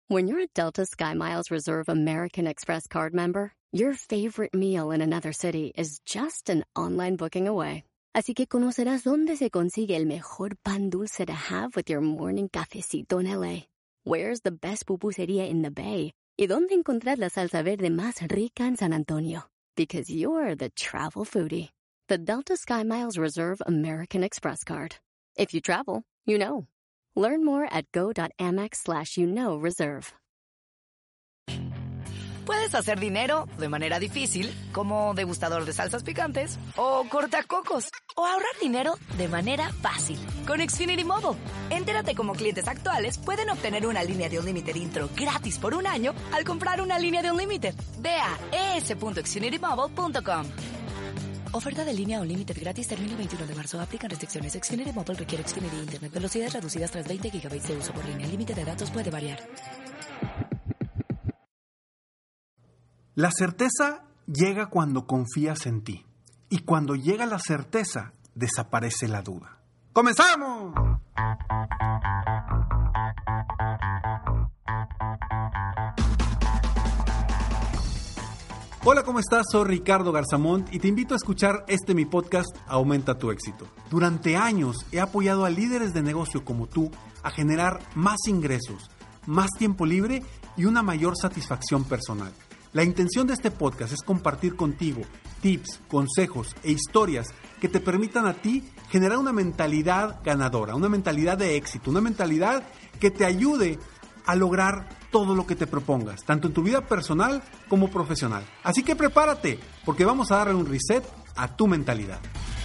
When you're a Delta SkyMiles Reserve American Express card member, your favorite meal in another city is just an online booking away. Así que conocerás dónde se consigue el mejor pan dulce to have with your morning cafecito en LA. Where's the best pupusería in the Bay? Y dónde encontrar la salsa verde más rica en San Antonio. Because you're the travel foodie. The Delta SkyMiles Reserve American Express card. If you travel, you know. Learn more at go.amex/reserve. Puedes hacer dinero de manera difícil, como degustador de salsas picantes, o cortacocos, o ahorrar dinero de manera fácil con Xfinity Mobile. Entérate cómo clientes actuales pueden obtener una línea de Unlimited intro gratis por un año al comprar una línea de Unlimited. Ve a es.xfinitymobile.com. Oferta de línea Unlimited gratis termina el 21 de marzo. Aplican restricciones. Xfinity Mobile requiere Xfinity Internet. Velocidades reducidas tras 20 GB de uso por línea. El límite de datos puede variar. La certeza llega cuando confías en ti. Y cuando llega la certeza, desaparece la duda. ¡Comenzamos! Hola, ¿cómo estás? Soy Ricardo Garzamont y te invito a escuchar mi podcast Aumenta tu éxito. Durante años he apoyado a líderes de negocio como tú a generar más ingresos, más tiempo libre y una mayor satisfacción personal. La intención de este podcast es compartir contigo tips, consejos e historias que te permitan a ti generar una mentalidad ganadora, una mentalidad de éxito, una mentalidad que te ayude a lograr todo lo que te propongas, tanto en tu vida personal como profesional. Así que prepárate, porque vamos a darle un reset a tu mentalidad.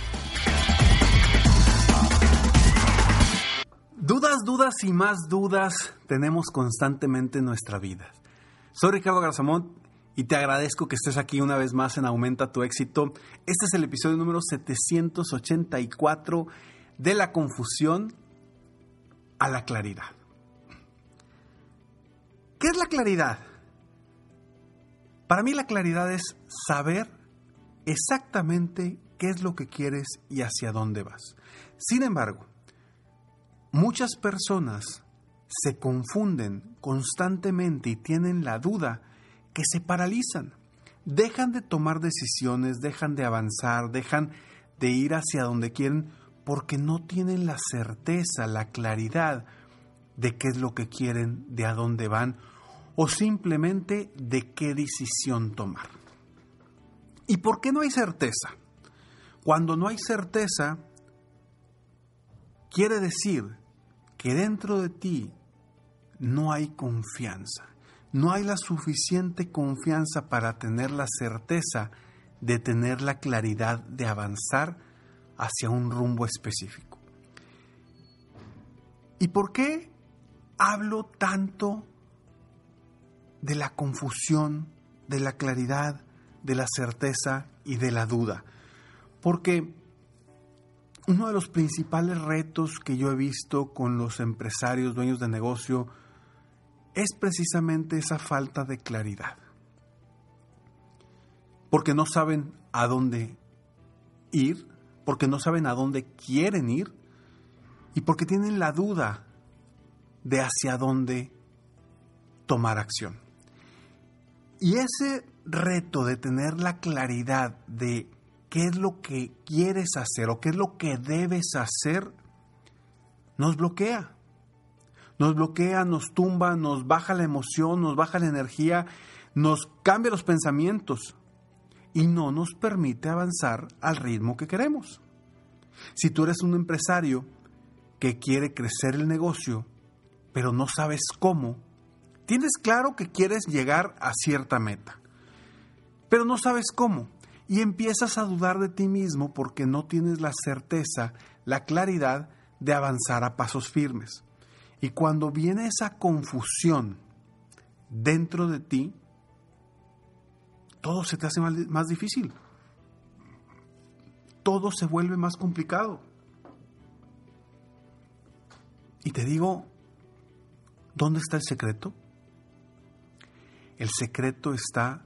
Dudas y más dudas tenemos constantemente en nuestra vida. Soy Ricardo Garzamont y te agradezco que estés aquí una vez más en Aumenta tu éxito. Este es el episodio número 784 de la confusión a la claridad. ¿Qué es la claridad? Para mí la claridad es saber exactamente qué es lo que quieres y hacia dónde vas. Sin embargo, muchas personas se confunden constantemente y tienen la duda que se paralizan. Dejan de tomar decisiones, dejan de avanzar, dejan de ir hacia donde quieren porque no tienen la certeza, la claridad de qué es lo que quieren, de a dónde van o simplemente de qué decisión tomar. ¿Y por qué no hay certeza? Cuando no hay certeza, quiere decir que dentro de ti no hay confianza. No hay la suficiente confianza para tener la certeza de tener la claridad de avanzar hacia un rumbo específico. ¿Y por qué hablo tanto de la confusión, de la claridad, de la certeza y de la duda? Porque uno de los principales retos que yo he visto con los empresarios, dueños de negocio, es precisamente esa falta de claridad. Porque no saben a dónde ir, porque no saben a dónde quieren ir y porque tienen la duda de hacia dónde tomar acción. Y ese reto de tener la claridad de qué es lo que quieres hacer o qué es lo que debes hacer, nos bloquea. Nos bloquea, nos tumba, nos baja la emoción, nos baja la energía, nos cambia los pensamientos y no nos permite avanzar al ritmo que queremos. Si tú eres un empresario que quiere crecer el negocio, pero no sabes cómo, tienes claro que quieres llegar a cierta meta, pero no sabes cómo y empiezas a dudar de ti mismo porque no tienes la certeza, la claridad de avanzar a pasos firmes. Y cuando viene esa confusión dentro de ti, todo se te hace más difícil. Todo se vuelve más complicado. Y te digo, ¿dónde está el secreto? El secreto está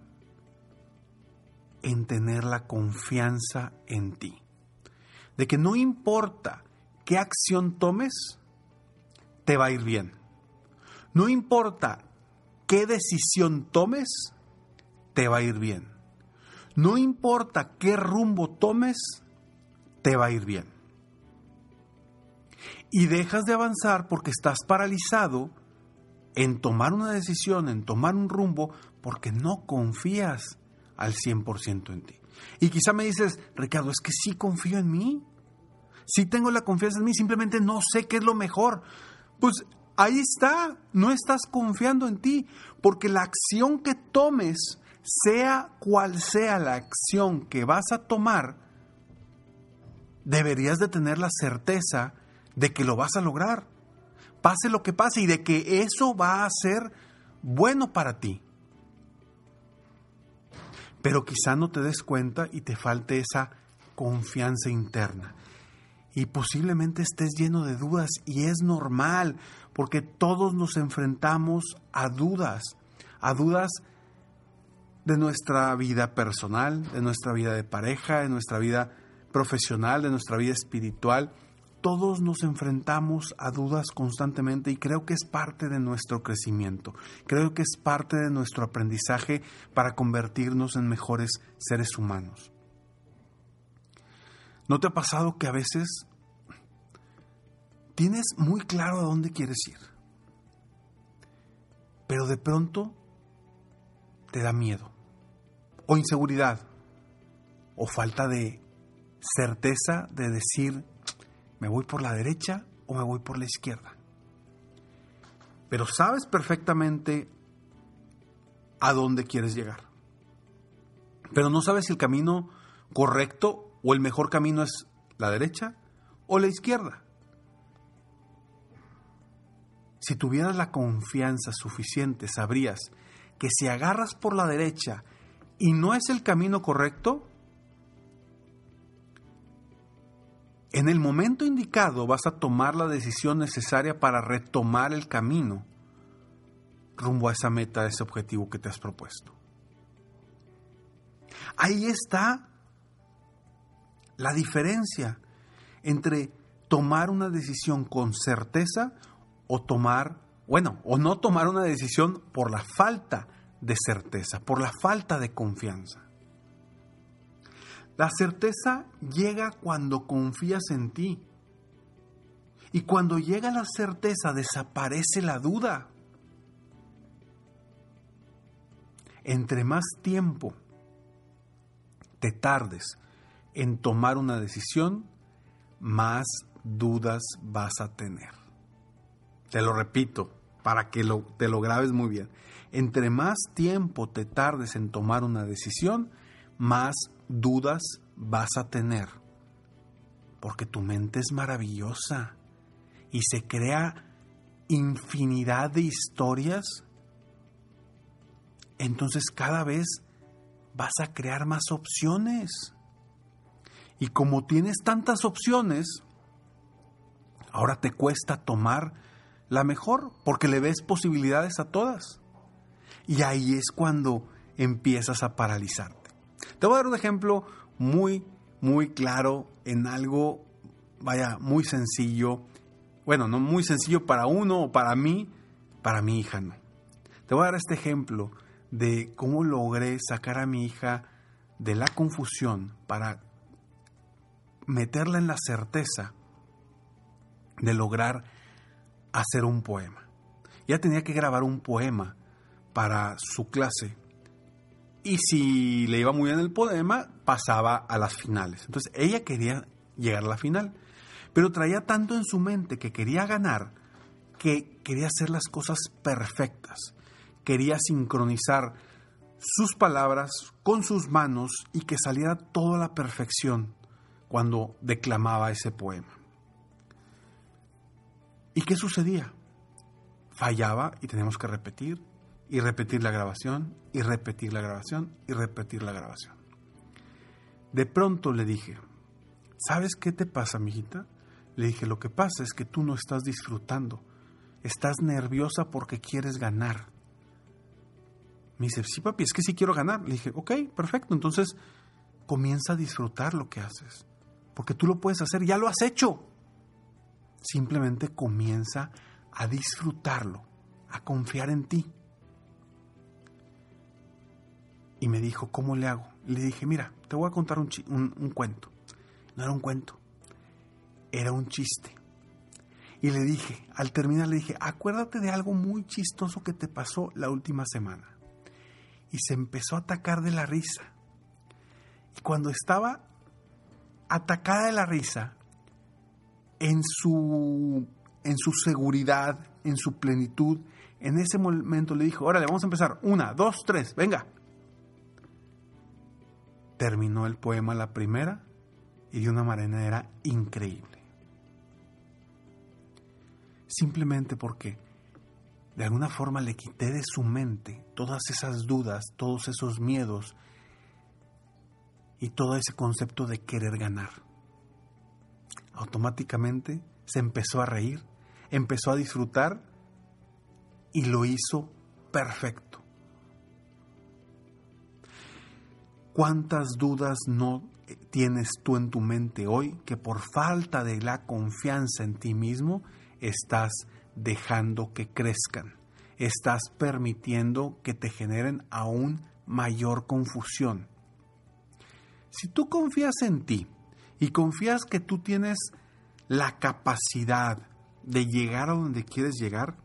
en tener la confianza en ti. De que no importa qué acción tomes, te va a ir bien. No importa qué decisión tomes, te va a ir bien. No importa qué rumbo tomes, te va a ir bien. Y dejas de avanzar porque estás paralizado en tomar una decisión, en tomar un rumbo, porque no confías al 100% en ti. Y quizá me dices, Ricardo, es que sí confío en mí. Sí tengo la confianza en mí, simplemente no sé qué es lo mejor. Pues ahí está, no estás confiando en ti, porque la acción que tomes, sea cual sea la acción que vas a tomar, deberías de tener la certeza de que lo vas a lograr, pase lo que pase, y de que eso va a ser bueno para ti. Pero quizá no te des cuenta y te falte esa confianza interna. Y posiblemente estés lleno de dudas, y es normal, porque todos nos enfrentamos a dudas de nuestra vida personal, de nuestra vida de pareja, de nuestra vida profesional, de nuestra vida espiritual. Todos nos enfrentamos a dudas constantemente, y creo que es parte de nuestro crecimiento. Creo que es parte de nuestro aprendizaje para convertirnos en mejores seres humanos. ¿No te ha pasado que a veces tienes muy claro a dónde quieres ir, pero de pronto te da miedo, o inseguridad, o falta de certeza de decir, ¿me voy por la derecha o me voy por la izquierda? Pero sabes perfectamente a dónde quieres llegar, pero no sabes si el camino correcto o el mejor camino es la derecha o la izquierda. Si tuvieras la confianza suficiente, sabrías que si agarras por la derecha y no es el camino correcto, en el momento indicado vas a tomar la decisión necesaria para retomar el camino rumbo a esa meta, a ese objetivo que te has propuesto. Ahí está la diferencia entre tomar una decisión con certeza o no tomar una decisión por la falta de certeza, por la falta de confianza. La certeza llega cuando confías en ti. Y cuando llega la certeza, desaparece la duda. Entre más tiempo te tardes en tomar una decisión, más dudas vas a tener. Te lo repito, para que te lo grabes muy bien. Entre más tiempo te tardes en tomar una decisión, más dudas vas a tener. Porque tu mente es maravillosa y se crea infinidad de historias. Entonces cada vez vas a crear más opciones. Y como tienes tantas opciones, ahora te cuesta tomar la mejor, porque le ves posibilidades a todas. Y ahí es cuando empiezas a paralizarte. Te voy a dar un ejemplo muy, muy claro en algo, muy sencillo. Bueno, no muy sencillo para uno o para mí, para mi hija no. Te voy a dar este ejemplo de cómo logré sacar a mi hija de la confusión para meterla en la certeza de lograr hacer un poema. Ella tenía que grabar un poema para su clase, y si le iba muy bien el poema, pasaba a las finales. Entonces ella quería llegar a la final, pero traía tanto en su mente que quería ganar, que quería hacer las cosas perfectas, quería sincronizar sus palabras con sus manos y que saliera toda la perfección cuando declamaba ese poema. ¿Y qué sucedía? Fallaba y teníamos que repetir y repetir la grabación y repetir la grabación y repetir la grabación. De pronto le dije, ¿sabes qué te pasa, mijita? Le dije, lo que pasa es que tú no estás disfrutando. Estás nerviosa porque quieres ganar. Me dice, sí, papi, es que sí quiero ganar. Le dije, ok, perfecto. Entonces comienza a disfrutar lo que haces, porque tú lo puedes hacer, ya lo has hecho. Simplemente comienza a disfrutarlo, a confiar en ti. Y me dijo, ¿cómo le hago? Le dije, mira, te voy a contar un cuento. No era un cuento, era un chiste. Y le dije, al terminar le dije, acuérdate de algo muy chistoso que te pasó la última semana. Y se empezó a atacar de la risa. Y cuando estaba atacada de la risa, en su seguridad, en su plenitud, en ese momento le dijo, órale, vamos a empezar, 1, 2, 3, venga. Terminó el poema la primera y de una manera increíble. Simplemente porque de alguna forma le quité de su mente todas esas dudas, todos esos miedos y todo ese concepto de querer ganar. Automáticamente se empezó a reír, empezó a disfrutar y lo hizo perfecto. ¿Cuántas dudas no tienes tú en tu mente hoy que por falta de la confianza en ti mismo estás dejando que crezcan? Estás permitiendo que te generen aún mayor confusión. Si tú confías en ti y confías que tú tienes la capacidad de llegar a donde quieres llegar,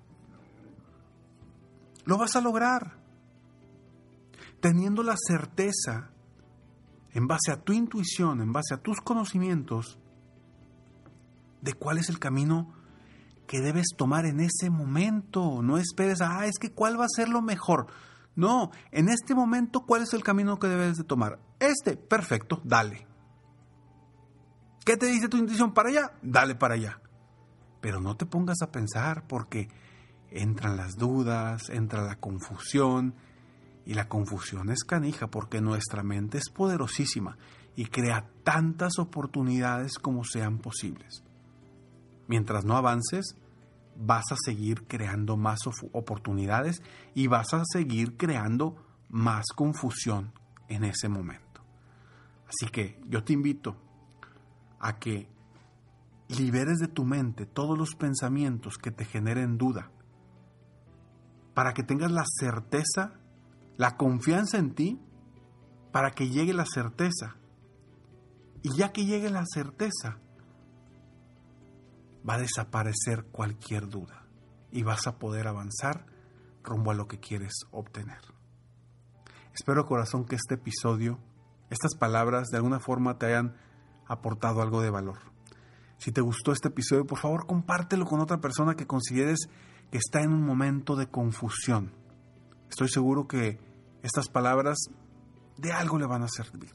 lo vas a lograr. Teniendo la certeza, en base a tu intuición, en base a tus conocimientos, de cuál es el camino que debes tomar en ese momento. No esperes, es que cuál va a ser lo mejor. No, en este momento, ¿cuál es el camino que debes de tomar? Perfecto, dale. ¿Qué te dice tu intuición? ¿Para allá? Dale para allá. Pero no te pongas a pensar porque entran las dudas, entra la confusión. Y la confusión es canija porque nuestra mente es poderosísima y crea tantas oportunidades como sean posibles. Mientras no avances, vas a seguir creando más oportunidades y vas a seguir creando más confusión en ese momento. Así que yo te invito a que liberes de tu mente todos los pensamientos que te generen duda, para que tengas la certeza, la confianza en ti, para que llegue la certeza. Y ya que llegue la certeza, va a desaparecer cualquier duda y vas a poder avanzar rumbo a lo que quieres obtener. Espero, corazón, que este episodio, estas palabras, de alguna forma te hayan aportado algo de valor. Si te gustó este episodio, por favor, compártelo con otra persona que consideres que está en un momento de confusión. Estoy seguro que estas palabras de algo le van a servir.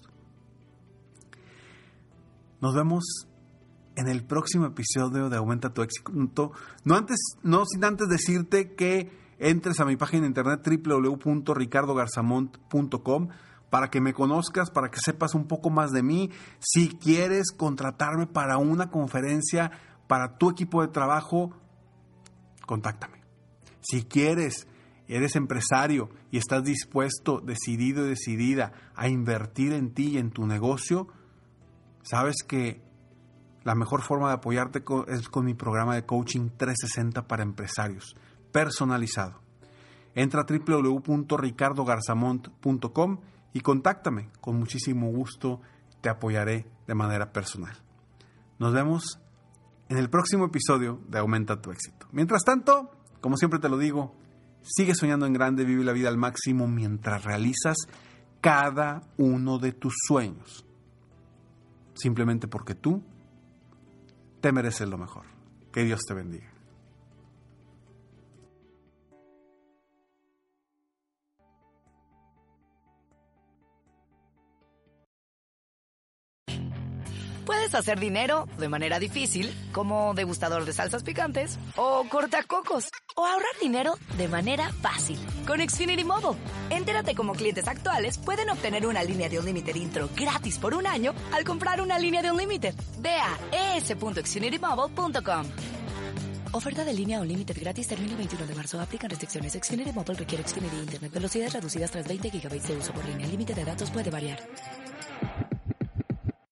Nos vemos en el próximo episodio de Aumenta tu Éxito. No sin antes decirte que entres a mi página de internet www.ricardogarzamont.com para que me conozcas, para que sepas un poco más de mí. Si quieres contratarme para una conferencia para tu equipo de trabajo, contáctame. Si eres empresario y estás dispuesto, decidido y decidida a invertir en ti y en tu negocio, sabes que la mejor forma de apoyarte es con mi programa de coaching 360 para empresarios, personalizado. Entra a www.ricardogarzamont.com y contáctame. Con muchísimo gusto te apoyaré de manera personal. Nos vemos en el próximo episodio de Aumenta tu Éxito. Mientras tanto, como siempre te lo digo, sigue soñando en grande, vive la vida al máximo mientras realizas cada uno de tus sueños. Simplemente porque tú te mereces lo mejor. Que Dios te bendiga. Puedes hacer dinero de manera difícil, como degustador de salsas picantes, o cortacocos, o ahorrar dinero de manera fácil con Xfinity Mobile. Entérate cómo clientes actuales pueden obtener una línea de Unlimited intro gratis por un año al comprar una línea de Unlimited. Ve a es.xfinitymobile.com. Oferta de línea Unlimited gratis termina el 21 de marzo. Aplican restricciones. Xfinity Mobile requiere Xfinity Internet. Velocidades reducidas tras 20 GB de uso por línea. El límite de datos puede variar.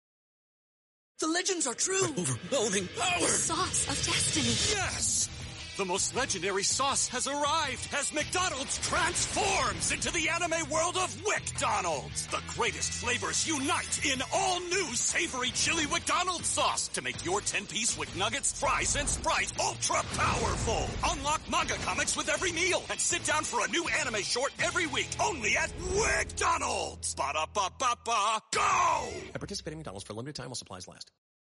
The legends are true. But overwhelming power! The sauce of destiny. Yes! The most legendary sauce has arrived as McDonald's transforms into the anime world of WickDonald's. The greatest flavors unite in all new savory chili McDonald's sauce to make your 10-piece Wick Nuggets, fries, and Sprite ultra-powerful. Unlock manga comics with every meal and sit down for a new anime short every week only at WickDonald's. Ba-da-ba-ba-ba, go! At participating McDonald's for a limited time while supplies last.